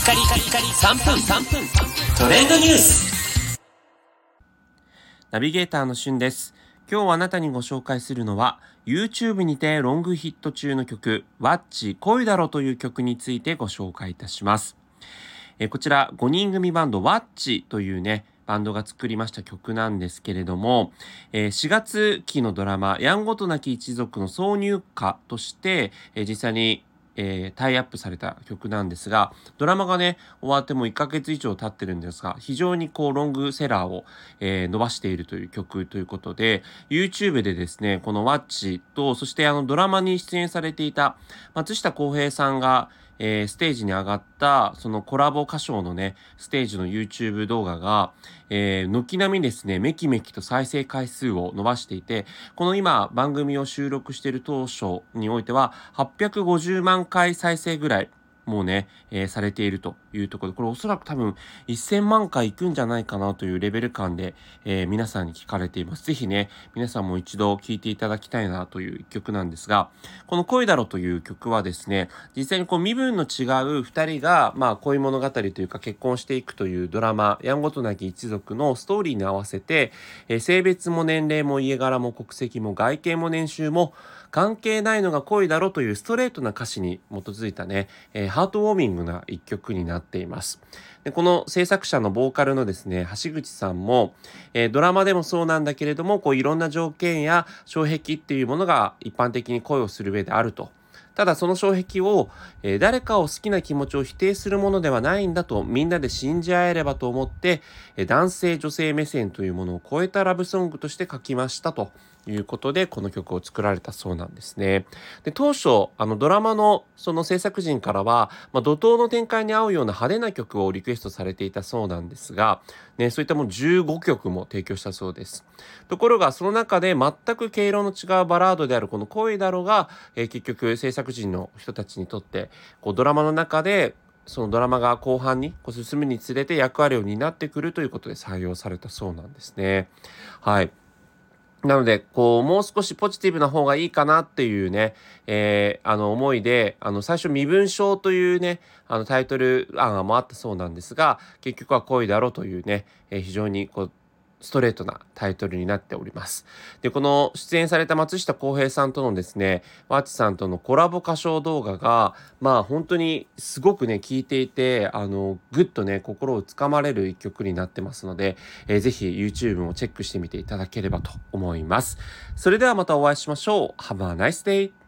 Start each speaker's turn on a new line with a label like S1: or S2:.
S1: カリカリカリ3分トレンドニュース。
S2: ナビゲーターのしゅんです。今日あなたにご紹介するのは YouTube にてロングヒット中の曲ワッチ恋だろという曲についてご紹介いたします。こちら5人組バンドワッチというねバンドが作りました曲なんですけれども、4月期のドラマやんごとなき一族の挿入歌として、実際にタイアップされた曲なんですが、ドラマがね終わっても1ヶ月以上経ってるんですが、非常にロングセラーを、伸ばしているという曲ということで、 YouTube でですねこのワッチと、そしてドラマに出演されていた松下洸平さんがステージに上がったそのコラボ歌唱のねステージの YouTube 動画が、軒並みですねめきめきと再生回数を伸ばしていて、この今番組を収録している当初においては850万回再生ぐらいもうね、されているというところで、これおそらく多分1000万回いくんじゃないかなというレベル感で、皆さんに聞かれています。ぜひね皆さんも一度聴いていただきたいなという一曲なんですが、この恋だろという曲はですね、実際に身分の違う2人が恋物語というか結婚していくというドラマやんごとなき一族のストーリーに合わせて、性別も年齢も家柄も国籍も外見も年収も関係ないのが恋だろというストレートな歌詞に基づいたね、ハートウォーミングな一曲になっています。でこの制作者のボーカルのですね橋口さんも、ドラマでもそうなんだけれどもいろんな条件や障壁っていうものが一般的に恋をする上であると。ただその障壁を、誰かを好きな気持ちを否定するものではないんだとみんなで信じ合えればと思って、男性女性目線というものを超えたラブソングとして書きましたということで、この曲を作られたそうなんですね。で当初ドラマのその制作陣からは、怒涛の展開に合うような派手な曲をリクエストされていたそうなんですが、ね、そういったもう15曲も提供したそうです。ところがその中で全く毛色の違うバラードであるこの恋だろが、結局制作陣の人たちにとってドラマの中でそのドラマが後半に進むにつれて役割を担ってくるということで採用されたそうなんですね。はい。なのでもう少しポジティブな方がいいかなっていうね、思いで最初身分証というねタイトル案もあったそうなんですが、結局は恋だろというね、非常にストレートなタイトルになっております。でこの出演された松下洸平さんとのですねワッチさんとのコラボ歌唱動画が本当にすごくね聴いていてぐっとね心をつかまれる一曲になってますので、ぜひ YouTube もチェックしてみていただければと思います。それではまたお会いしましょう。Have a nice day!